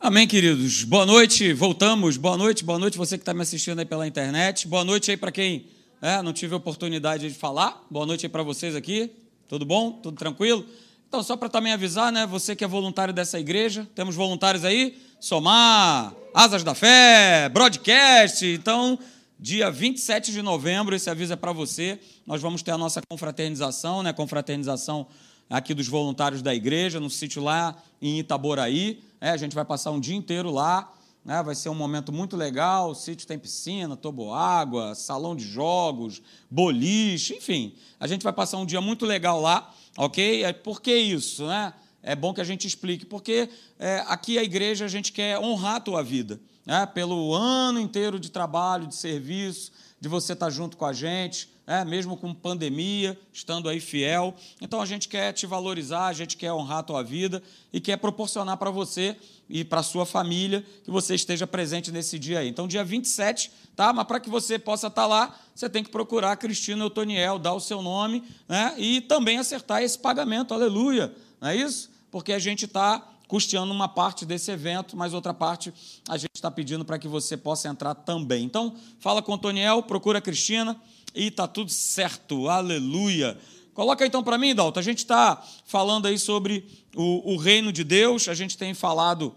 Amém, queridos. Boa noite, voltamos. Boa noite você que está me assistindo aí pela internet. Boa noite aí para quem não tive a oportunidade de falar. Boa noite aí para vocês aqui. Tudo bom? Tudo tranquilo? Então, só para também avisar, né, você que é voluntário dessa igreja, temos voluntários aí, Somar, Asas da Fé, Broadcast. Então, dia 27 de novembro, esse aviso é para você, nós vamos ter a nossa confraternização, né, confraternização aqui dos voluntários da igreja, no sítio lá em Itaboraí. A gente vai passar um dia inteiro lá, né? Vai ser um momento muito legal. O sítio tem piscina, toboágua, salão de jogos, boliche, enfim. A gente vai passar um dia muito legal lá, ok? Por que isso, né? É bom que a gente explique, porque aqui a igreja a gente quer honrar a tua vida, né? Pelo ano inteiro de trabalho, de serviço, de você estar junto com a gente, mesmo com pandemia, estando aí fiel. Então, a gente quer te valorizar, a gente quer honrar a tua vida e quer proporcionar para você e para a sua família que você esteja presente nesse dia aí. Então, dia 27, tá? Mas para que você possa estar lá, você tem que procurar Cristina Eutoniel, dar o seu nome, né? E também acertar esse pagamento, aleluia, não é isso? Porque a gente está custeando uma parte desse evento, mas outra parte a gente está pedindo para que você possa entrar também. Então, fala com o Toniel, procura a Cristina e está tudo certo, aleluia. Coloca então para mim, Dalton, a gente está falando aí sobre o reino de Deus, a gente tem falado,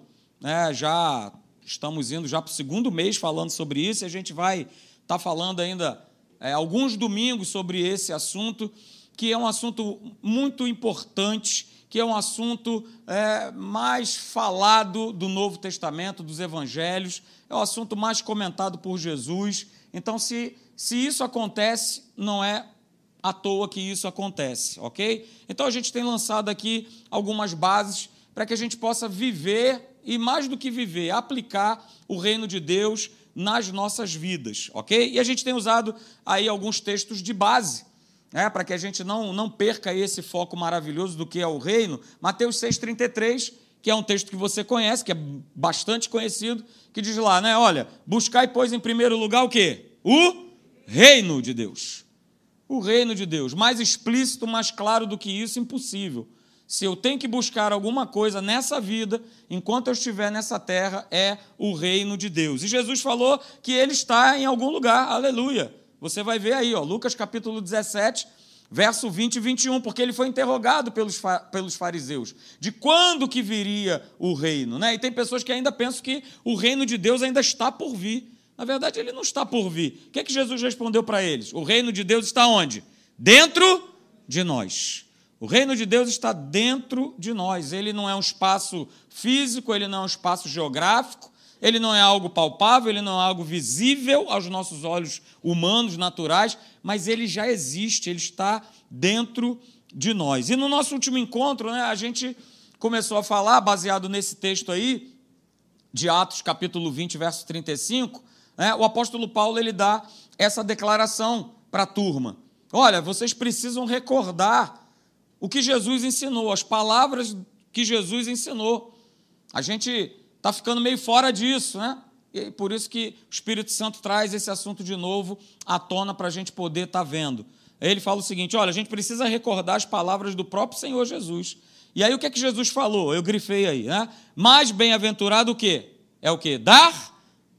já estamos indo já para o segundo mês falando sobre isso, e a gente vai estar falando ainda alguns domingos sobre esse assunto, que é um assunto muito importante, que é um assunto mais falado do Novo Testamento, dos Evangelhos, é o assunto mais comentado por Jesus. Então, se isso acontece, não é à toa que isso acontece, ok? Então, a gente tem lançado aqui algumas bases para que a gente possa viver, e mais do que viver, aplicar o reino de Deus nas nossas vidas, ok? E a gente tem usado aí alguns textos de base, para que a gente não perca esse foco maravilhoso do que é o reino. Mateus 6,33, que é um texto que você conhece, que é bastante conhecido, que diz lá, né? Olha, buscai, pois, em primeiro lugar o quê? O reino de Deus. O reino de Deus. Mais explícito, mais claro do que isso, impossível. Se eu tenho que buscar alguma coisa nessa vida, enquanto eu estiver nessa terra, é o reino de Deus. E Jesus falou que ele está em algum lugar, aleluia. Você vai ver aí, Lucas capítulo 17, verso 20 e 21, porque ele foi interrogado pelos fariseus de quando que viria o reino, né? E tem pessoas que ainda pensam que o reino de Deus ainda está por vir. Na verdade, ele não está por vir. O que é que Jesus respondeu para eles? O reino de Deus está onde? Dentro de nós. O reino de Deus está dentro de nós. Ele não é um espaço físico, ele não é um espaço geográfico, ele não é algo palpável, ele não é algo visível aos nossos olhos humanos, naturais, mas ele já existe, ele está dentro de nós. E no nosso último encontro, a gente começou a falar, baseado nesse texto aí, de Atos, capítulo 20, verso 35, o apóstolo Paulo ele dá essa declaração para a turma. Olha, vocês precisam recordar o que Jesus ensinou, as palavras que Jesus ensinou. A gente está ficando meio fora disso, né? E por isso que o Espírito Santo traz esse assunto de novo à tona para a gente poder estar vendo. Ele fala o seguinte, olha, a gente precisa recordar as palavras do próprio Senhor Jesus. E aí o que é que Jesus falou? Eu grifei aí, né? Mais bem-aventurado o quê? É o quê? Dar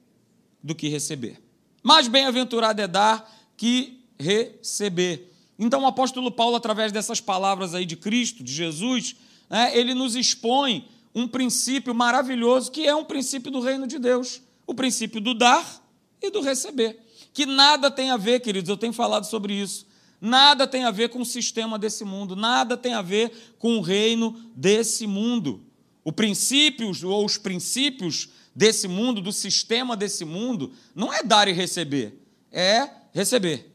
do que receber. Mais bem-aventurado é dar que receber. Então o apóstolo Paulo, através dessas palavras aí de Cristo, de Jesus, ele nos expõe um princípio maravilhoso, que é um princípio do reino de Deus, o princípio do dar e do receber, que nada tem a ver, queridos, eu tenho falado sobre isso, nada tem a ver com o sistema desse mundo, nada tem a ver com o reino desse mundo. Os princípios desse mundo, do sistema desse mundo, não é dar e receber, é receber,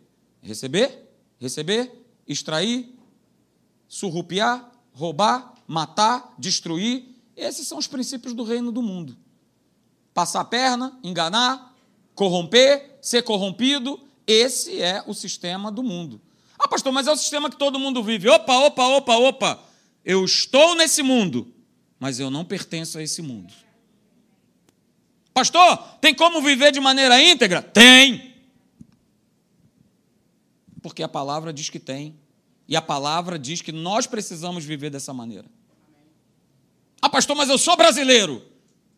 extrair, surrupiar, roubar, matar, destruir. Esses são os princípios do reino do mundo. Passar a perna, enganar, corromper, ser corrompido, esse é o sistema do mundo. Ah, pastor, mas é o sistema que todo mundo vive. Opa. Eu estou nesse mundo, mas eu não pertenço a esse mundo. Pastor, tem como viver de maneira íntegra? Tem. Porque a palavra diz que tem. E a palavra diz que nós precisamos viver dessa maneira. Ah, pastor, mas eu sou brasileiro.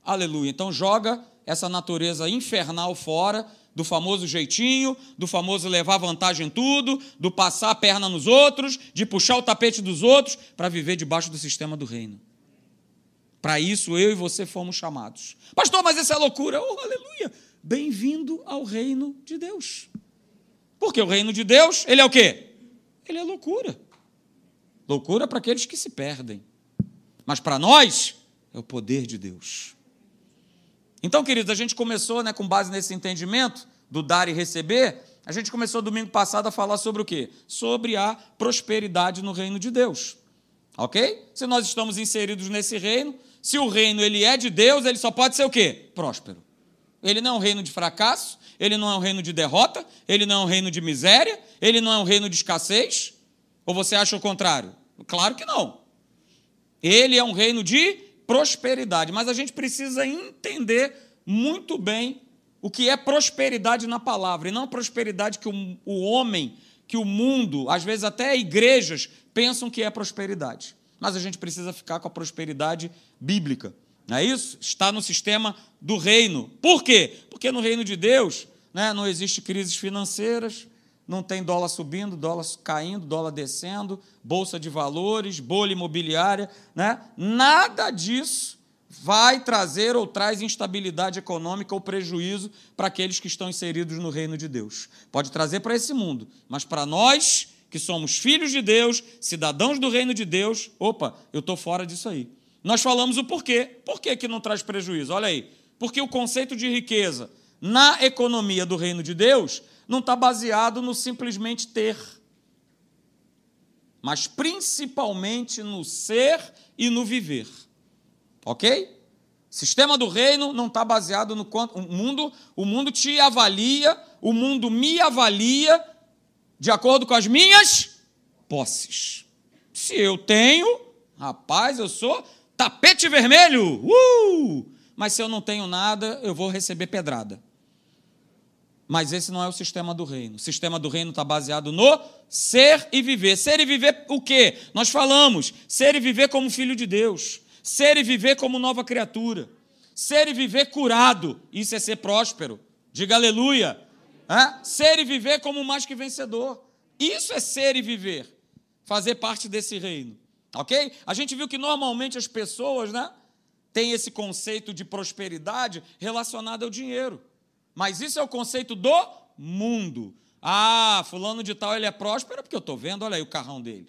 Aleluia. Então joga essa natureza infernal fora, do famoso jeitinho, do famoso levar vantagem em tudo, do passar a perna nos outros, de puxar o tapete dos outros, para viver debaixo do sistema do reino. Para isso eu e você fomos chamados. Pastor, mas isso é loucura. Oh, aleluia. Bem-vindo ao reino de Deus. Porque o reino de Deus, ele é o quê? Ele é loucura. Loucura para aqueles que se perdem. Mas para nós, é o poder de Deus. Então, queridos, a gente começou, com base nesse entendimento do dar e receber, a gente começou domingo passado a falar sobre o quê? Sobre a prosperidade no reino de Deus. Ok? Se nós estamos inseridos nesse reino, se o reino ele é de Deus, ele só pode ser o quê? Próspero. Ele não é um reino de fracasso, ele não é um reino de derrota, ele não é um reino de miséria, ele não é um reino de escassez. Ou você acha o contrário? Claro que não. Ele é um reino de prosperidade, mas a gente precisa entender muito bem o que é prosperidade na palavra, e não a prosperidade que o homem, que o mundo, às vezes até igrejas, pensam que é prosperidade. Mas a gente precisa ficar com a prosperidade bíblica. Não é isso? Está no sistema do reino. Por quê? Porque no reino de Deus, não existe crises financeiras, não tem dólar subindo, dólar caindo, dólar descendo, bolsa de valores, bolha imobiliária. Nada disso vai trazer ou traz instabilidade econômica ou prejuízo para aqueles que estão inseridos no reino de Deus. Pode trazer para esse mundo, mas para nós, que somos filhos de Deus, cidadãos do reino de Deus, eu estou fora disso aí. Nós falamos o porquê. Por que não traz prejuízo? Olha aí. Porque o conceito de riqueza na economia do reino de Deus não está baseado no simplesmente ter, mas principalmente no ser e no viver. Ok? Sistema do reino não está baseado no quanto o mundo te avalia, o mundo me avalia de acordo com as minhas posses. Se eu tenho, rapaz, eu sou tapete vermelho, mas se eu não tenho nada, eu vou receber pedrada. Mas esse não é o sistema do reino. O sistema do reino está baseado no ser e viver. Ser e viver o quê? Nós falamos, ser e viver como filho de Deus, ser e viver como nova criatura, ser e viver curado, isso é ser próspero, diga aleluia. Ser e viver como mais que vencedor, isso é ser e viver, fazer parte desse reino. Ok? A gente viu que normalmente as pessoas têm esse conceito de prosperidade relacionado ao dinheiro. Mas isso é o conceito do mundo. Fulano de tal, ele é próspero porque eu estou vendo, olha aí o carrão dele.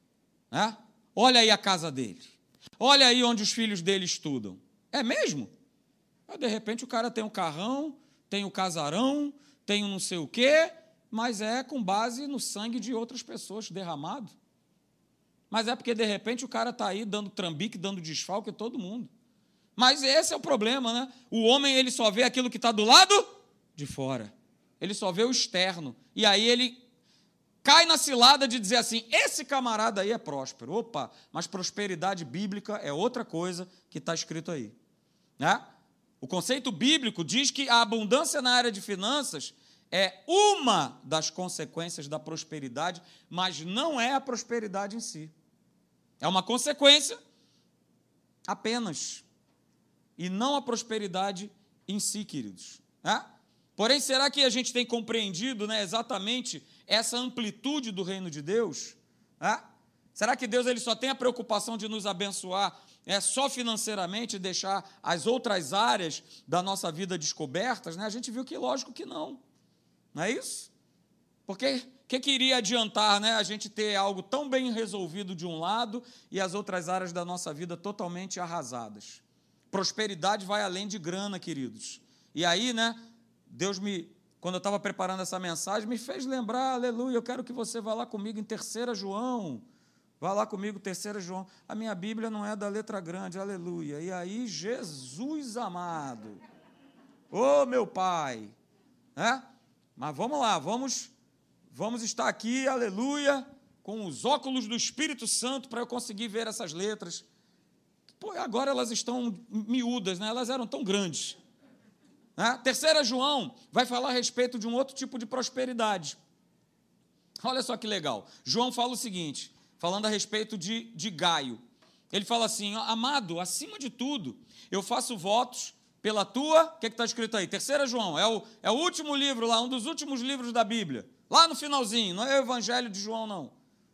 Olha aí a casa dele. Olha aí onde os filhos dele estudam. É mesmo? De repente o cara tem um carrão, tem um casarão, tem um não sei o quê, mas é com base no sangue de outras pessoas derramado. Mas é porque, de repente, o cara está aí dando trambique, dando desfalque a todo mundo. Mas esse é o problema, O homem, ele só vê aquilo que está do lado de fora. Ele só vê o externo. E aí ele cai na cilada de dizer assim, esse camarada aí é próspero. Mas prosperidade bíblica é outra coisa que está escrito aí. O conceito bíblico diz que a abundância na área de finanças é uma das consequências da prosperidade, mas não é a prosperidade em si. É uma consequência apenas, e não a prosperidade em si, queridos. Porém, será que a gente tem compreendido exatamente essa amplitude do reino de Deus? Será que Deus ele só tem a preocupação de nos abençoar só financeiramente e deixar as outras áreas da nossa vida descobertas? A gente viu que, lógico que não. Não é isso? Porque o que iria adiantar a gente ter algo tão bem resolvido de um lado e as outras áreas da nossa vida totalmente arrasadas? Prosperidade vai além de grana, queridos. E aí, Deus quando eu estava preparando essa mensagem, me fez lembrar, aleluia, eu quero que você vá lá comigo em 3 João. Vá lá comigo, 3 João. A minha Bíblia não é da letra grande, aleluia. E aí, Jesus amado. Meu Pai. Mas vamos lá, vamos estar aqui, aleluia, com os óculos do Espírito Santo para eu conseguir ver essas letras. Agora elas estão miúdas, elas eram tão grandes. 3 João vai falar a respeito de um outro tipo de prosperidade. Olha só que legal. João fala o seguinte, falando a respeito de Gaio. Ele fala assim, amado, acima de tudo, eu faço votos pela tua... O que está escrito aí? 3 João, é o último livro lá, um dos últimos livros da Bíblia. Lá no finalzinho, não é o Evangelho de João, não.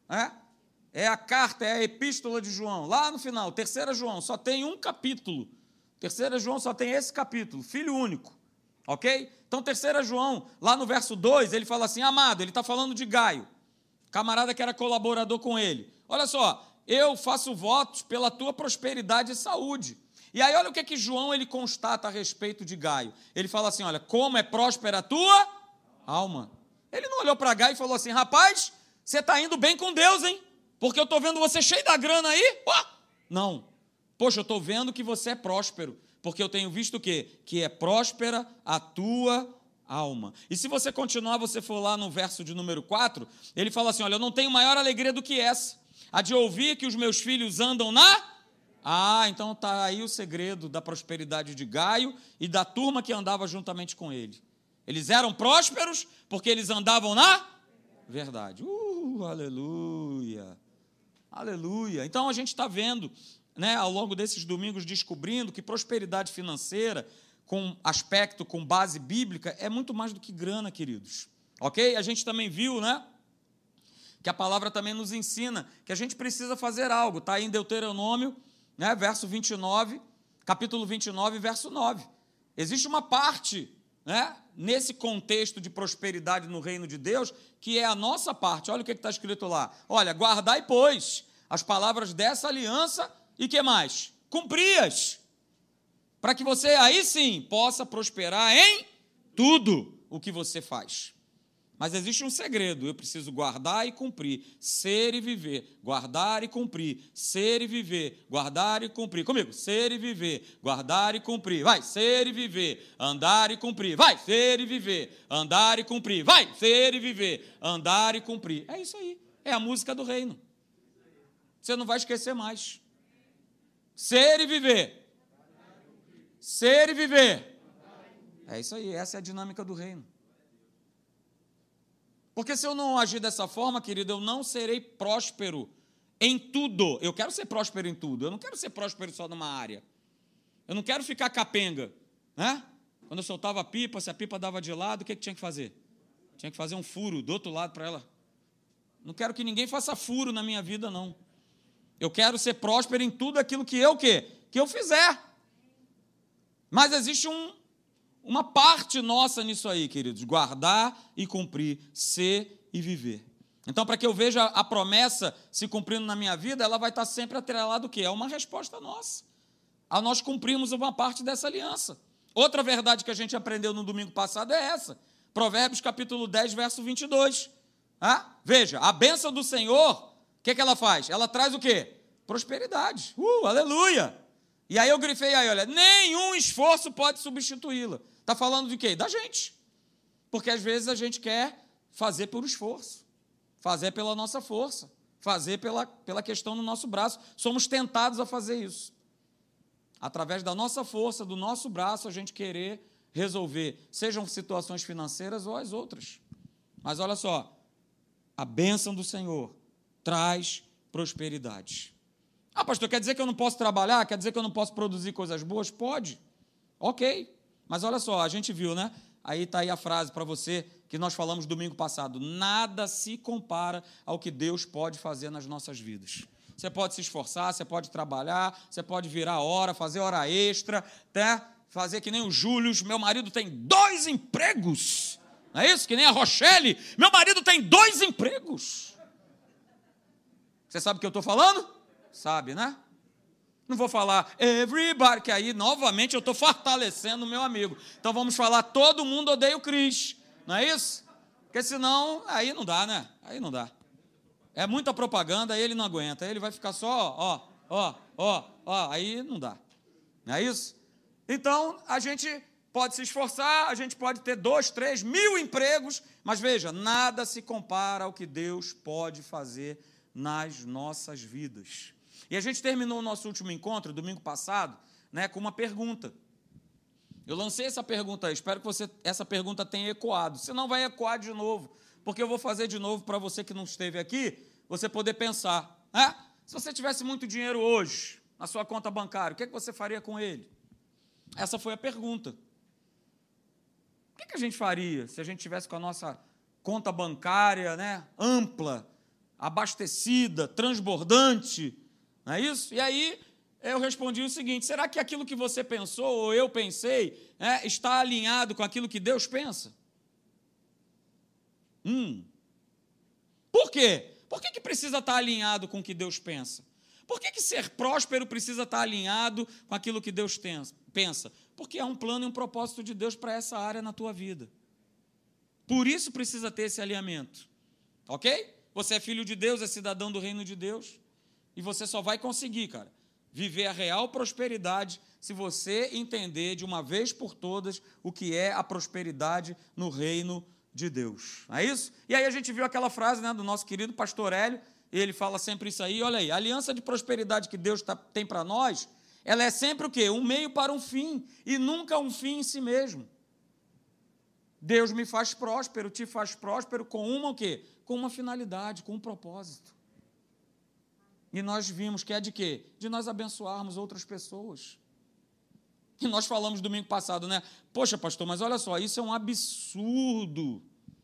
É a carta, é a epístola de João. Lá no final, 3 João, só tem um capítulo. 3 João só tem esse capítulo, filho único. Ok? Então, 3 João, lá no verso 2, ele fala assim, amado, ele está falando de Gaio, camarada que era colaborador com ele. Olha só, eu faço votos pela tua prosperidade e saúde. E aí, olha o que João ele constata a respeito de Gaio. Ele fala assim, olha, como é próspera a tua alma. Ele não olhou para Gaio e falou assim, rapaz, você está indo bem com Deus, hein? Porque eu estou vendo você cheio da grana aí. Não. Poxa, eu estou vendo que você é próspero. Porque eu tenho visto o quê? Que é próspera a tua alma. E se você continuar, você for lá no verso de número 4, ele fala assim, olha, eu não tenho maior alegria do que essa, a de ouvir que os meus filhos andam na... então está aí o segredo da prosperidade de Gaio e da turma que andava juntamente com ele. Eles eram prósperos porque eles andavam na verdade. Aleluia. Aleluia. Então a gente está vendo, né, ao longo desses domingos, descobrindo que prosperidade financeira, com aspecto, com base bíblica, é muito mais do que grana, queridos. Ok? A gente também viu, né, que a palavra também nos ensina que a gente precisa fazer algo. Está aí em Deuteronômio, né, verso 29, capítulo 29, verso 9. Existe uma parte, né, nesse contexto de prosperidade no reino de Deus, que é a nossa parte. Olha o que está escrito lá. Olha, guardai, pois, as palavras dessa aliança e que mais? Cumpri-as, para que você aí sim possa prosperar em tudo o que você faz. Mas existe um segredo, eu preciso guardar e cumprir, ser e viver, guardar e cumprir, ser e viver, guardar e cumprir. Comigo, ser e viver, guardar e cumprir. Vai, ser e viver, andar e cumprir. Vai, ser e viver, andar e cumprir. Vai, ser e viver, andar e cumprir. É isso aí, é a música do reino. Você não vai esquecer mais. Ser e viver. Ser e viver. É isso aí, essa é a dinâmica do reino. Porque se eu não agir dessa forma, querido, eu não serei próspero em tudo. Eu quero ser próspero em tudo. Eu não quero ser próspero só numa área. Eu não quero ficar capenga, né? Quando eu soltava a pipa, se a pipa dava de lado, o que tinha que fazer? Tinha que fazer um furo do outro lado para ela. Não quero que ninguém faça furo na minha vida, não. Eu quero ser próspero em tudo aquilo que eu fizer. Mas existe uma parte nossa nisso aí, queridos, guardar e cumprir, ser e viver. Então, para que eu veja a promessa se cumprindo na minha vida, ela vai estar sempre atrelada ao quê? É uma resposta nossa, a nós cumprirmos uma parte dessa aliança. Outra verdade que a gente aprendeu no domingo passado é essa, Provérbios capítulo 10, verso 22. Veja, a bênção do Senhor, o que ela faz? Ela traz o quê? Prosperidade. Aleluia! E aí eu grifei aí, olha, nenhum esforço pode substituí-la. Está falando de quê? Da gente. Porque às vezes a gente quer fazer por esforço, fazer pela nossa força, fazer pela questão do nosso braço. Somos tentados a fazer isso. Através da nossa força, do nosso braço, a gente querer resolver, sejam situações financeiras ou as outras. Mas olha só, a bênção do Senhor traz prosperidade. Pastor, quer dizer que eu não posso trabalhar? Quer dizer que eu não posso produzir coisas boas? Pode. Ok. Mas olha só, a gente viu, né? Aí está aí a frase para você que nós falamos domingo passado. Nada se compara ao que Deus pode fazer nas nossas vidas. Você pode se esforçar, você pode trabalhar, você pode virar hora, fazer hora extra, né? Fazer que nem o Júlio. Meu marido tem 2 empregos. Não é isso? Que nem a Rochelle. Meu marido tem 2 empregos. Você sabe o que eu estou falando? Sabe, né? Não vou falar everybody, que aí, novamente, eu estou fortalecendo o meu amigo. Então, vamos falar todo mundo odeia o Cris. Não é isso? Porque senão, aí não dá, né? Aí não dá. É muita propaganda, aí ele não aguenta. Aí ele vai ficar só, aí não dá. Não é isso? Então, a gente pode se esforçar, a gente pode ter 2, 3 mil empregos, mas veja, nada se compara ao que Deus pode fazer nas nossas vidas. E a gente terminou o nosso último encontro, domingo passado, né, com uma pergunta. Eu lancei essa pergunta aí, espero que essa pergunta tenha ecoado. Se não, vai ecoar de novo, porque eu vou fazer de novo para você que não esteve aqui, você poder pensar. Se você tivesse muito dinheiro hoje na sua conta bancária, o que você faria com ele? Essa foi a pergunta. O que a gente faria se a gente tivesse com a nossa conta bancária, né, ampla, abastecida, transbordante? Não é isso? E aí eu respondi o seguinte: será que aquilo que você pensou, ou eu pensei, está alinhado com aquilo que Deus pensa? Por quê? Por que precisa estar alinhado com o que Deus pensa? Por que ser próspero precisa estar alinhado com aquilo que Deus pensa? Porque há um plano e um propósito de Deus para essa área na tua vida. Por isso precisa ter esse alinhamento. Ok? Você é filho de Deus, é cidadão do reino de Deus. E você só vai conseguir, cara, viver a real prosperidade se você entender de uma vez por todas o que é a prosperidade no reino de Deus. Não é isso? E aí a gente viu aquela frase, né, do nosso querido pastor Hélio, ele fala sempre isso aí. Olha aí, a aliança de prosperidade que Deus tem para nós, ela é sempre o quê? Um meio para um fim, e nunca um fim em si mesmo. Deus me faz próspero, te faz próspero com uma o quê? Com uma finalidade, com um propósito. E nós vimos que é de quê? De nós abençoarmos outras pessoas. E nós falamos domingo passado, né? Poxa, pastor, mas olha só, isso é um absurdo.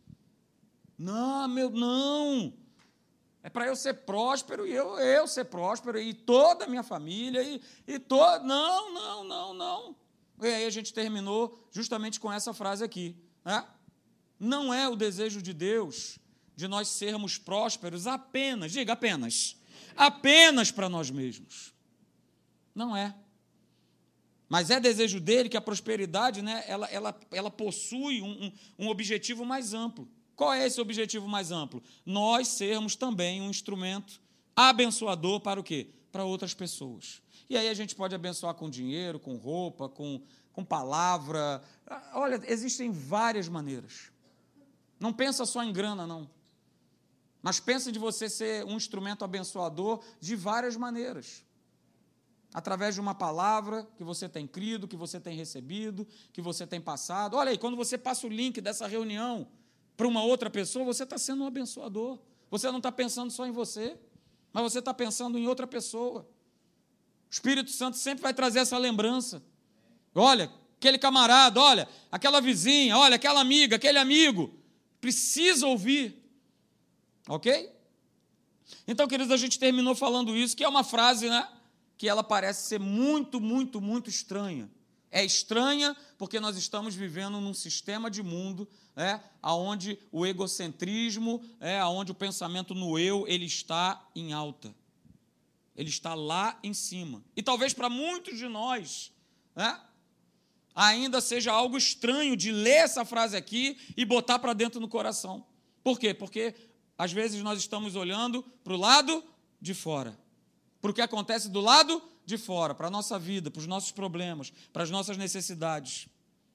Não. É para eu ser próspero e eu ser próspero e toda a minha família e todo. Não. E aí a gente terminou justamente com essa frase aqui. Né? Não é o desejo de Deus de nós sermos prósperos apenas, diga apenas para nós mesmos. Não é. Mas é desejo dele que a prosperidade, né, ela possui um objetivo mais amplo. Qual é esse objetivo mais amplo? Nós sermos também um instrumento abençoador para o quê? Para outras pessoas. E aí a gente pode abençoar com dinheiro, com roupa, com palavra. Olha, existem várias maneiras. Não pensa só em grana, não. Mas pensa de você ser um instrumento abençoador de várias maneiras. Através de uma palavra que você tem crido, que você tem recebido, que você tem passado. Olha aí, quando você passa o link dessa reunião para uma outra pessoa, você está sendo um abençoador. Você não está pensando só em você, mas você está pensando em outra pessoa. O Espírito Santo sempre vai trazer essa lembrança. Olha, aquele camarada, olha, aquela vizinha, olha, aquela amiga, aquele amigo. Precisa ouvir. Ok? Então, queridos, a gente terminou falando isso, que é uma frase, né, que ela parece ser muito estranha. É estranha porque nós estamos vivendo num sistema de mundo, onde o egocentrismo, onde o pensamento no eu, ele está em alta. Ele está lá em cima. E talvez para muitos de nós, ainda seja algo estranho de ler essa frase aqui e botar para dentro no coração. Por quê? Porque às vezes nós estamos olhando para o lado de fora, para o que acontece do lado de fora, para a nossa vida, para os nossos problemas, para as nossas necessidades.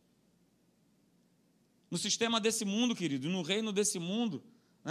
No sistema desse mundo, querido, no reino desse mundo,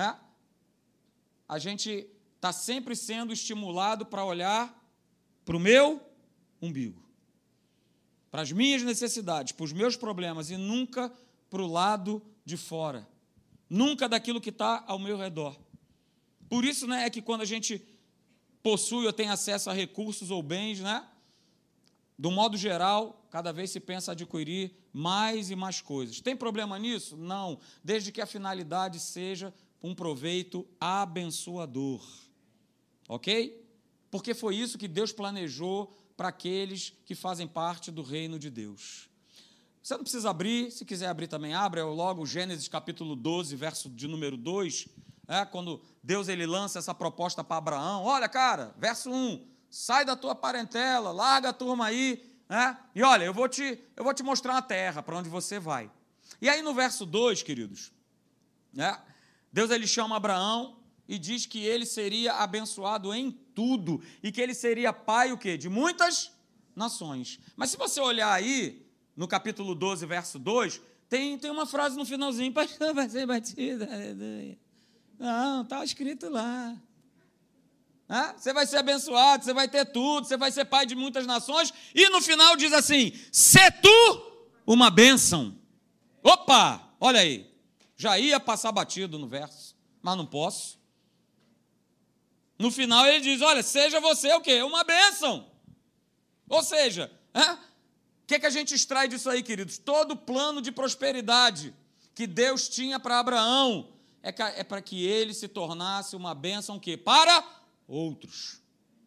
a gente está sempre sendo estimulado para olhar para o meu umbigo, para as minhas necessidades, para os meus problemas, e nunca para o lado de fora, nunca daquilo que está ao meu redor. Por isso, é que quando a gente possui ou tem acesso a recursos ou bens, do modo geral, cada vez se pensa adquirir mais e mais coisas. Tem problema nisso? Não, desde que a finalidade seja um proveito abençoador. Ok? Porque foi isso que Deus planejou para aqueles que fazem parte do reino de Deus. Você não precisa abrir, se quiser abrir também, abre logo Gênesis capítulo 12, verso de número 2, quando Deus ele lança essa proposta para Abraão. Olha, cara, verso 1, sai da tua parentela, larga a turma aí, e olha, eu vou te mostrar uma terra para onde você vai. E aí no verso 2, queridos, Deus ele chama Abraão e diz que ele seria abençoado em tudo e que ele seria pai o quê? De muitas nações. Mas se você olhar aí, no capítulo 12, verso 2, tem uma frase no finalzinho: pastor, vai ser batido, aleluia. Não, está escrito lá. Você vai ser abençoado, você vai ter tudo, você vai ser pai de muitas nações, e no final diz assim: sê tu uma bênção. Opa, olha aí, já ia passar batido no verso, mas não posso. No final ele diz, olha, seja você o quê? Uma bênção. Ou seja, o que a gente extrai disso aí, queridos? Todo plano de prosperidade que Deus tinha para Abraão é para que ele se tornasse uma bênção o quê? Para outros.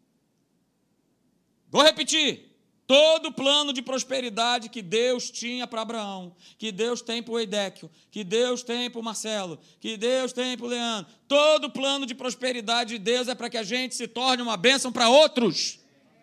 Vou repetir. Todo plano de prosperidade que Deus tinha para Abraão, que Deus tem para o Eidéquio, que Deus tem para o Marcelo, que Deus tem para o Leandro, todo plano de prosperidade de Deus é para que a gente se torne uma bênção para outros.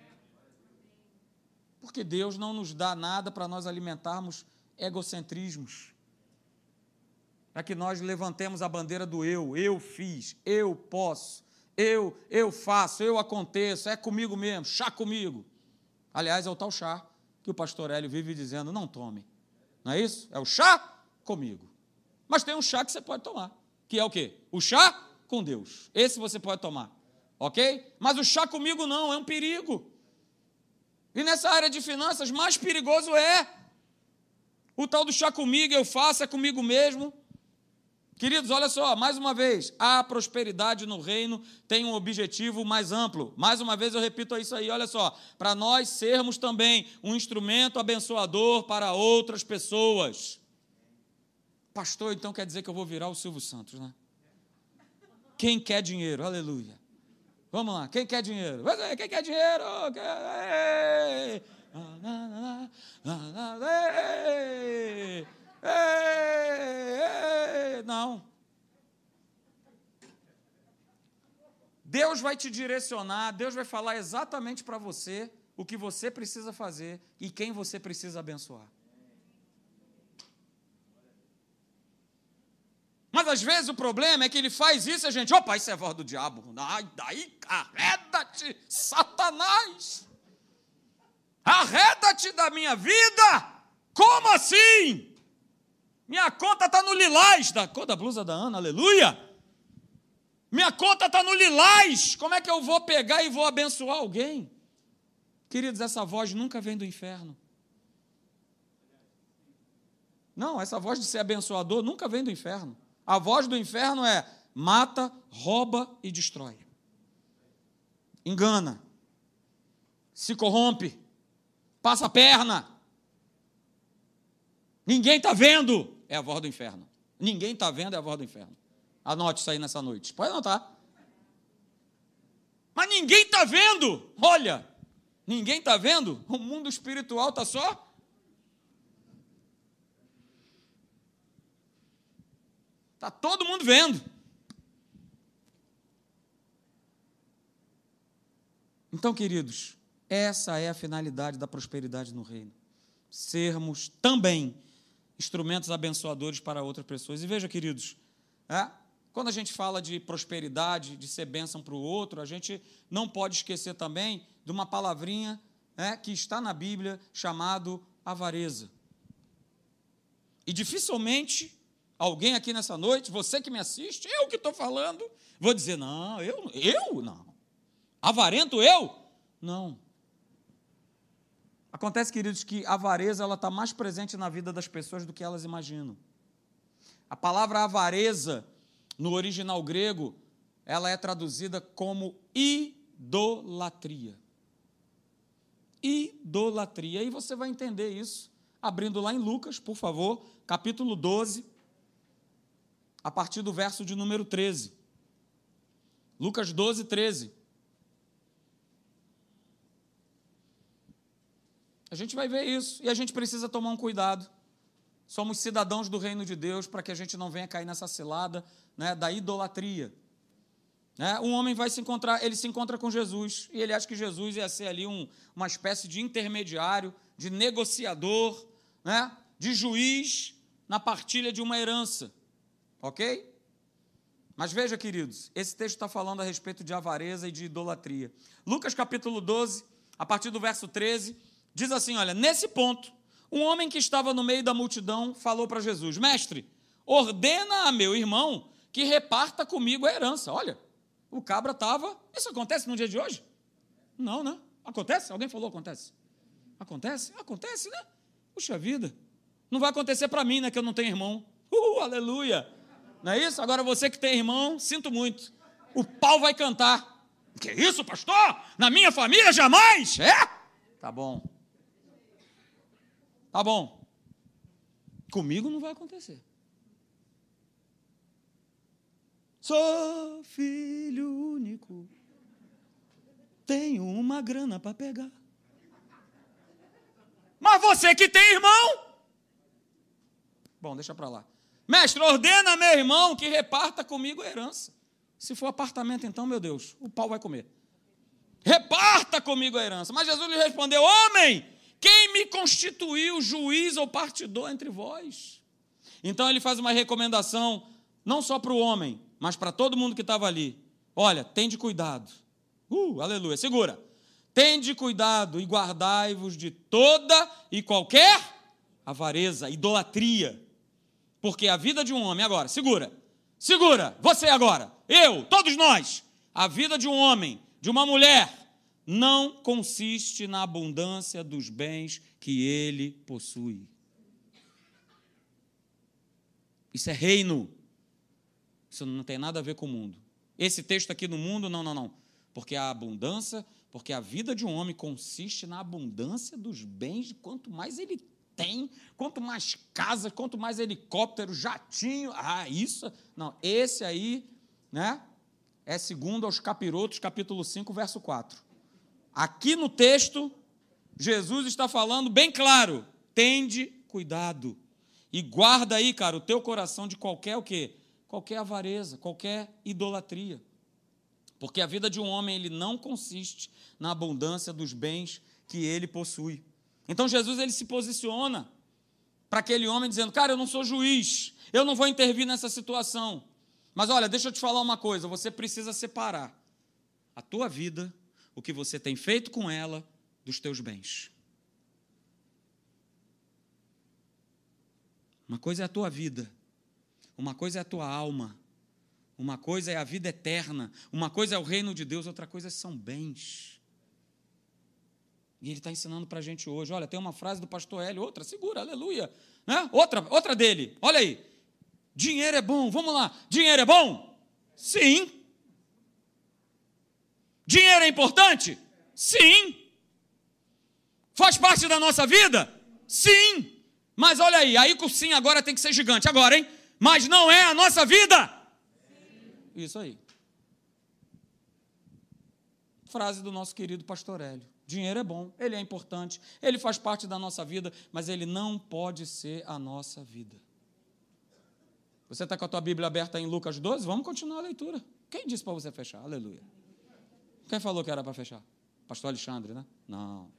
Porque Deus não nos dá nada para nós alimentarmos egocentrismos, para que nós levantemos a bandeira do eu fiz, eu posso, eu faço, eu aconteço, é comigo mesmo, chá comigo. Aliás, é o tal chá que o pastor Hélio vive dizendo, não tome. Não é isso? É o chá comigo. Mas tem um chá que você pode tomar, que é o quê? O chá com Deus. Esse você pode tomar, ok? Mas o chá comigo não, é um perigo. E nessa área de finanças, mais perigoso é. O tal do chá comigo, eu faço, é comigo mesmo. Queridos, olha só, mais uma vez, a prosperidade no reino tem um objetivo mais amplo. Mais uma vez eu repito isso aí, olha só, para nós sermos também um instrumento abençoador para outras pessoas. Pastor, então quer dizer que eu vou virar o Silvio Santos, né? Quem quer dinheiro? Aleluia. Vamos lá, quem quer dinheiro? Quem quer dinheiro? Não. Deus vai te direcionar, Deus vai falar exatamente para você o que você precisa fazer e quem você precisa abençoar. Mas às vezes o problema é que ele faz isso e a gente, opa, isso é voz do diabo. Ai, daí, arreda-te, Satanás. Arreda-te da minha vida. Como assim? Minha conta está no lilás, da cor da blusa da Ana, aleluia. Minha conta está no lilás, como é que eu vou pegar e vou abençoar alguém? Queridos, essa voz nunca vem do inferno. Não, essa voz de ser abençoador nunca vem do inferno. A voz do inferno é mata, rouba e destrói. Engana, se corrompe, passa a perna. Ninguém está vendo, é a voz do inferno. Ninguém está vendo, é a voz do inferno. Anote isso aí nessa noite. Pode anotar. Mas ninguém está vendo. Olha, ninguém está vendo. O mundo espiritual está só. Está todo mundo vendo. Então, queridos, essa é a finalidade da prosperidade no reino. Sermos também instrumentos abençoadores para outras pessoas. E veja, queridos, quando a gente fala de prosperidade, de ser bênção para o outro, a gente não pode esquecer também de uma palavrinha que está na Bíblia, chamado avareza. E dificilmente alguém aqui nessa noite, você que me assiste, eu que estou falando, vou dizer, não, eu não. Avarento eu? Não. Acontece, queridos, que a avareza está mais presente na vida das pessoas do que elas imaginam. A palavra avareza, no original grego, ela é traduzida como idolatria. Idolatria. E você vai entender isso, abrindo lá em Lucas, por favor, capítulo 12, a partir do verso de número 13. Lucas 12, 13. A gente vai ver isso, e a gente precisa tomar um cuidado. Somos cidadãos do reino de Deus para que a gente não venha cair nessa cilada da idolatria. Um homem vai se encontrar, ele se encontra com Jesus, e ele acha que Jesus ia ser ali uma espécie de intermediário, de negociador, de juiz na partilha de uma herança. Ok? Mas veja, queridos, esse texto está falando a respeito de avareza e de idolatria. Lucas capítulo 12, a partir do verso 13, diz assim, olha, nesse ponto, um homem que estava no meio da multidão falou para Jesus, mestre, ordena a meu irmão que reparta comigo a herança. Olha, o cabra estava... Isso acontece no dia de hoje? Não, né? Acontece? Alguém falou acontece? Acontece? Acontece, né? Puxa vida. Não vai acontecer para mim, né, que eu não tenho irmão. Aleluia. Não é isso? Agora você que tem irmão, sinto muito. O pau vai cantar. Que isso, pastor? Na minha família jamais? É? Tá bom. Tá bom. Comigo não vai acontecer. Sou filho único. Tenho uma grana para pegar. Mas você que tem irmão? Bom, deixa para lá. Mestre, ordena meu irmão que reparta comigo a herança. Se for apartamento, então, meu Deus, o pau vai comer. Reparta comigo a herança. Mas Jesus lhe respondeu: homem, quem me constituiu juiz ou partidor entre vós? Então ele faz uma recomendação, não só para o homem, mas para todo mundo que estava ali. Olha, tende cuidado. Aleluia, segura. Tende cuidado e guardai-vos de toda e qualquer avareza, idolatria. Porque a vida de um homem, agora, segura, você agora, eu, todos nós, a vida de um homem, de uma mulher, não consiste na abundância dos bens que ele possui. Isso é reino. Isso não tem nada a ver com o mundo. Esse texto aqui no mundo, não. Porque a abundância, porque a vida de um homem consiste na abundância dos bens, quanto mais ele tem, quanto mais casa, quanto mais helicóptero, jatinho, isso, não, esse aí, né, é segundo aos Capirotos, capítulo 5, verso 4. Aqui no texto, Jesus está falando bem claro, tende cuidado, e guarda aí, cara, o teu coração de qualquer o quê? Qualquer avareza, qualquer idolatria, porque a vida de um homem, ele não consiste na abundância dos bens que ele possui. Então, Jesus ele se posiciona para aquele homem dizendo, cara, eu não sou juiz, eu não vou intervir nessa situação. Mas, olha, deixa eu te falar uma coisa, você precisa separar a tua vida, o que você tem feito com ela, dos teus bens. Uma coisa é a tua vida, uma coisa é a tua alma, uma coisa é a vida eterna, uma coisa é o reino de Deus, outra coisa são bens. E ele está ensinando para a gente hoje. Olha, tem uma frase do pastor Hélio, outra, segura, aleluia. Né? Outra dele, olha aí. Dinheiro é bom, vamos lá. Dinheiro é bom? Sim. Dinheiro é importante? Sim. Faz parte da nossa vida? Sim. Mas olha aí que o sim agora tem que ser gigante. Agora, hein? Mas não é a nossa vida? Sim. Isso aí. Frase do nosso querido pastor Hélio. Dinheiro é bom, ele é importante, ele faz parte da nossa vida, mas ele não pode ser a nossa vida. Você está com a tua Bíblia aberta em Lucas 12? Vamos continuar a leitura. Quem disse para você fechar? Aleluia. Quem falou que era para fechar? Pastor Alexandre, né? Não.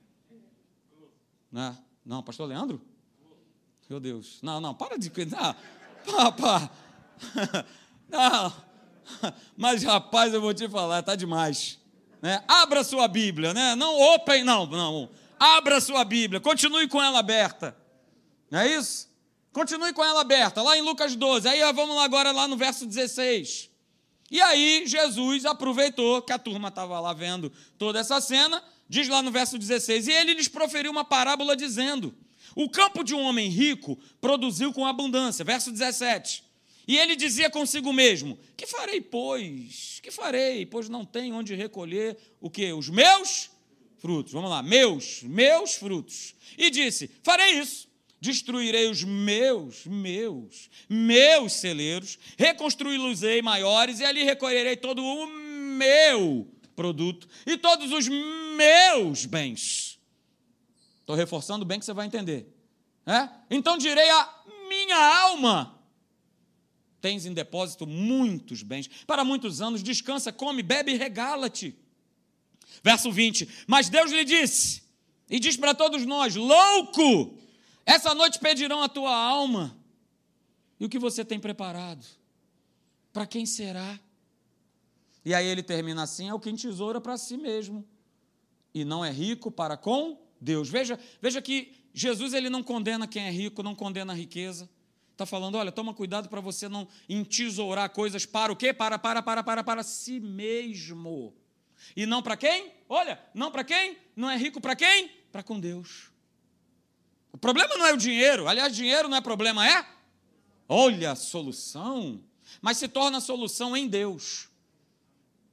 Não, pastor Leandro? Meu Deus. Não, para de... Papá. Não. Mas, rapaz, eu vou te falar, está demais. Né? Abra sua Bíblia, né? Não open, não. Abra sua Bíblia, continue com ela aberta. Não é isso? Continue com ela aberta, lá em Lucas 12. Aí vamos lá agora lá no verso 16. E aí Jesus aproveitou que a turma estava lá vendo toda essa cena, diz lá no verso 16, e ele lhes proferiu uma parábola dizendo, o campo de um homem rico produziu com abundância. Verso 17. E ele dizia consigo mesmo, que farei, pois? Pois não tenho onde recolher o quê? Os meus frutos. Vamos lá, meus frutos. E disse, farei isso, destruirei os meus celeiros, reconstruí-los-ei maiores, e ali recolherei todo o meu produto e todos os meus bens. Estou reforçando bem que você vai entender. Então direi à minha alma, tens em depósito muitos bens, para muitos anos, descansa, come, bebe e regala-te. Verso 20, mas Deus lhe disse, e diz para todos nós, louco, essa noite pedirão a tua alma, e o que você tem preparado? Para quem será? E aí ele termina assim, é o que entesoura para si mesmo, e não é rico para com Deus. Veja que Jesus ele não condena quem é rico, não condena a riqueza. Está falando, olha, toma cuidado para você não entesourar coisas para o quê? Para si mesmo. E não para quem? Olha, não para quem? Não é rico para quem? Para com Deus. O problema não é o dinheiro. Aliás, dinheiro não é problema, é? Olha a solução. Mas se torna a solução em Deus.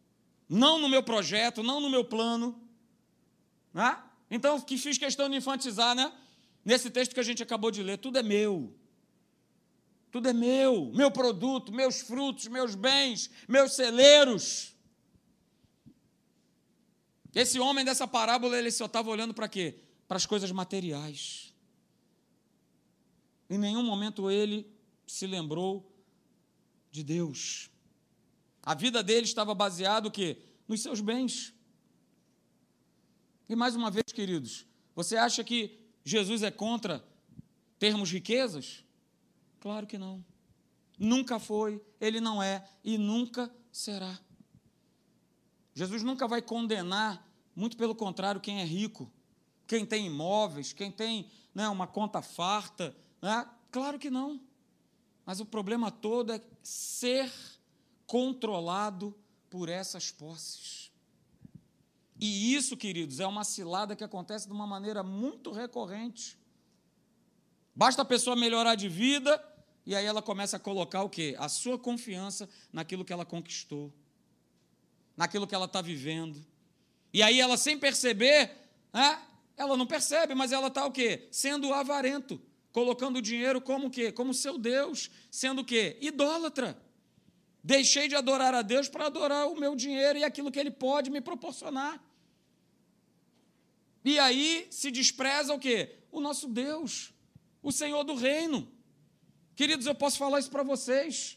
não no meu projeto, não no meu plano. Né? Então, que fiz questão de enfatizar, né? Nesse texto que a gente acabou de ler, tudo é meu. Tudo é meu produto, meus frutos, meus bens, meus celeiros. Esse homem dessa parábola, ele só estava olhando para quê? Para as coisas materiais. Em nenhum momento ele se lembrou de Deus. A vida dele estava baseada o quê? Nos seus bens. E mais uma vez, queridos, você acha que Jesus é contra termos riquezas? Claro que não. Nunca foi, ele não é e nunca será. Jesus nunca vai condenar, muito pelo contrário, quem é rico, quem tem imóveis, quem tem, né, uma conta farta. Né? Claro que não. Mas o problema todo é ser controlado por essas posses. E isso, queridos, é uma cilada que acontece de uma maneira muito recorrente. Basta a pessoa melhorar de vida e aí ela começa a colocar o quê? A sua confiança naquilo que ela conquistou, naquilo que ela está vivendo. E aí ela, sem perceber, né, ela não percebe, mas ela está o quê? Sendo avarento, colocando o dinheiro como o quê? Como seu Deus, sendo o quê? Idólatra. Deixei de adorar a Deus para adorar o meu dinheiro e aquilo que Ele pode me proporcionar. E aí se despreza o quê? O nosso Deus, o Senhor do reino. Queridos, eu posso falar isso para vocês.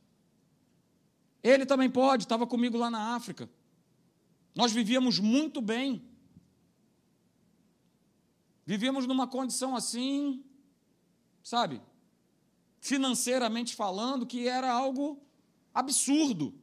Ele também pode, estava comigo lá na África. Nós vivíamos muito bem. Vivíamos numa condição assim, sabe, financeiramente falando, que era algo absurdo.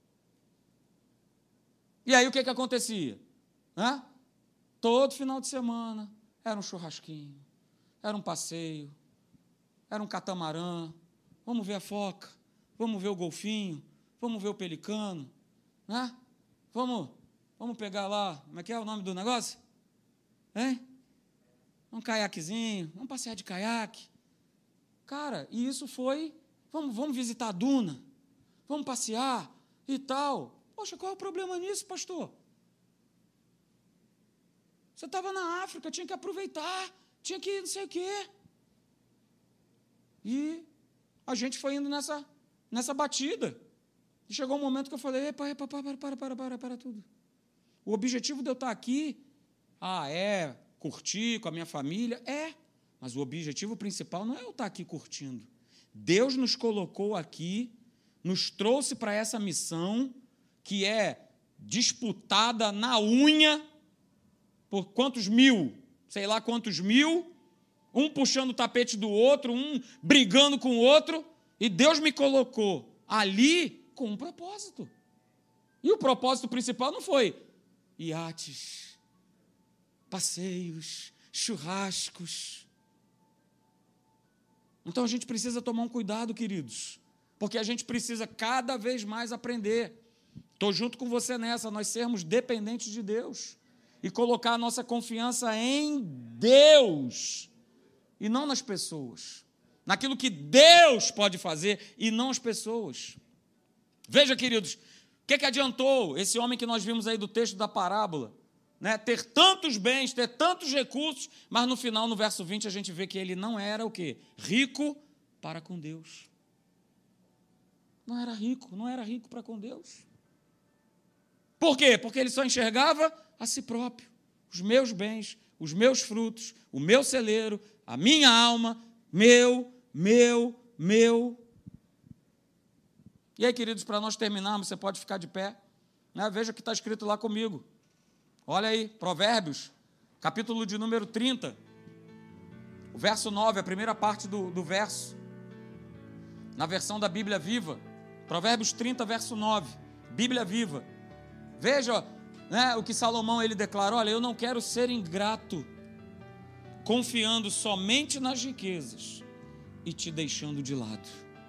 E aí o que acontecia? Todo final de semana era um churrasquinho, era um passeio, era um catamarã, vamos ver a foca, vamos ver o golfinho, vamos ver o pelicano, né? Vamos pegar lá, como é que é o nome do negócio? Hein? Um caiaquezinho, vamos passear de caiaque. Cara, e isso foi, vamos visitar a duna, vamos passear e tal. Poxa, qual é o problema nisso, pastor? Você estava na África, tinha que aproveitar, tinha que não sei o quê. E a gente foi indo nessa batida. E chegou um momento que eu falei, para tudo. O objetivo de eu estar aqui, é curtir com a minha família, mas o objetivo principal não é eu estar aqui curtindo. Deus nos colocou aqui, nos trouxe para essa missão, que é disputada na unha, por quantos mil, sei lá quantos mil, um puxando o tapete do outro, um brigando com o outro, e Deus me colocou ali com um propósito. E o propósito principal não foi iates, passeios, churrascos. Então a gente precisa tomar um cuidado, queridos, porque a gente precisa cada vez mais aprender. Estou junto com você nessa, nós sermos dependentes de Deus e colocar a nossa confiança em Deus e não nas pessoas, naquilo que Deus pode fazer e não as pessoas. Veja, queridos, o que adiantou esse homem que nós vimos aí do texto da parábola, né? Ter tantos bens, ter tantos recursos, mas no final, no verso 20, a gente vê que ele não era o quê? Rico para com Deus. Não era rico para com Deus. Por quê? Porque ele só enxergava a si próprio, os meus bens, os meus frutos, o meu celeiro, a minha alma, meu. E aí, queridos, para nós terminarmos, você pode ficar de pé, né? Veja o que está escrito lá comigo. Olha aí, Provérbios, capítulo de número 30, o verso 9, a primeira parte do verso, na versão da Bíblia Viva. Provérbios 30, verso 9, Bíblia Viva. Veja, né, o que Salomão ele declara: olha, eu não quero ser ingrato, confiando somente nas riquezas e te deixando de lado.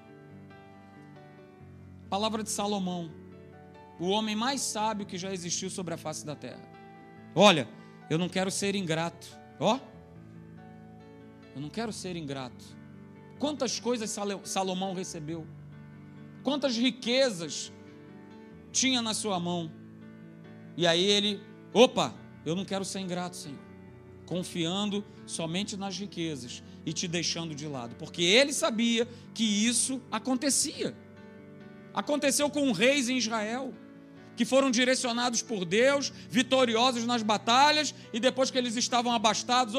Palavra de Salomão, o homem mais sábio que já existiu sobre a face da terra. Olha, eu não quero ser ingrato. Eu não quero ser ingrato. Quantas coisas Salomão recebeu? Quantas riquezas tinha na sua mão? E aí ele, eu não quero ser ingrato, Senhor, confiando somente nas riquezas e te deixando de lado, porque ele sabia que isso acontecia. Aconteceu com reis em Israel, que foram direcionados por Deus, vitoriosos nas batalhas, e depois que eles estavam abastados,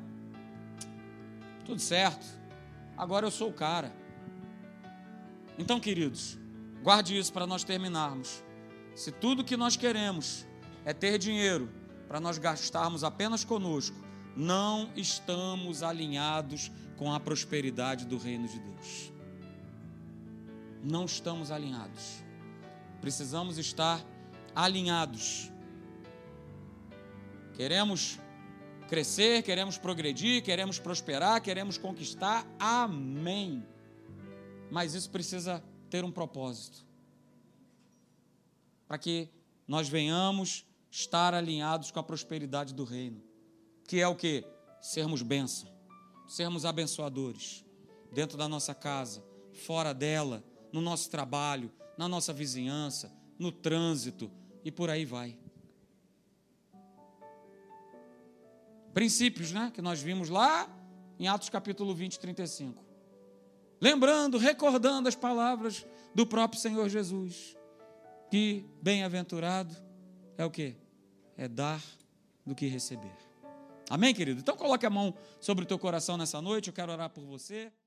tudo certo, agora eu sou o cara. Então, queridos, guarde isso para nós terminarmos. Se tudo que nós queremos é ter dinheiro para nós gastarmos apenas conosco, não estamos alinhados com a prosperidade do reino de Deus. Não estamos alinhados. Precisamos estar alinhados. Queremos crescer, queremos progredir, queremos prosperar, queremos conquistar. Amém. Mas isso precisa ter um propósito. Para que nós venhamos estar alinhados com a prosperidade do reino. Que é o quê? Sermos bênção. Sermos abençoadores. Dentro da nossa casa, fora dela, no nosso trabalho, na nossa vizinhança, no trânsito e por aí vai. Princípios, que nós vimos lá em Atos capítulo 20, 35. Lembrando, recordando as palavras do próprio Senhor Jesus, que bem-aventurado é o quê? É dar do que receber. Amém, querido? Então coloque a mão sobre o teu coração nessa noite, eu quero orar por você.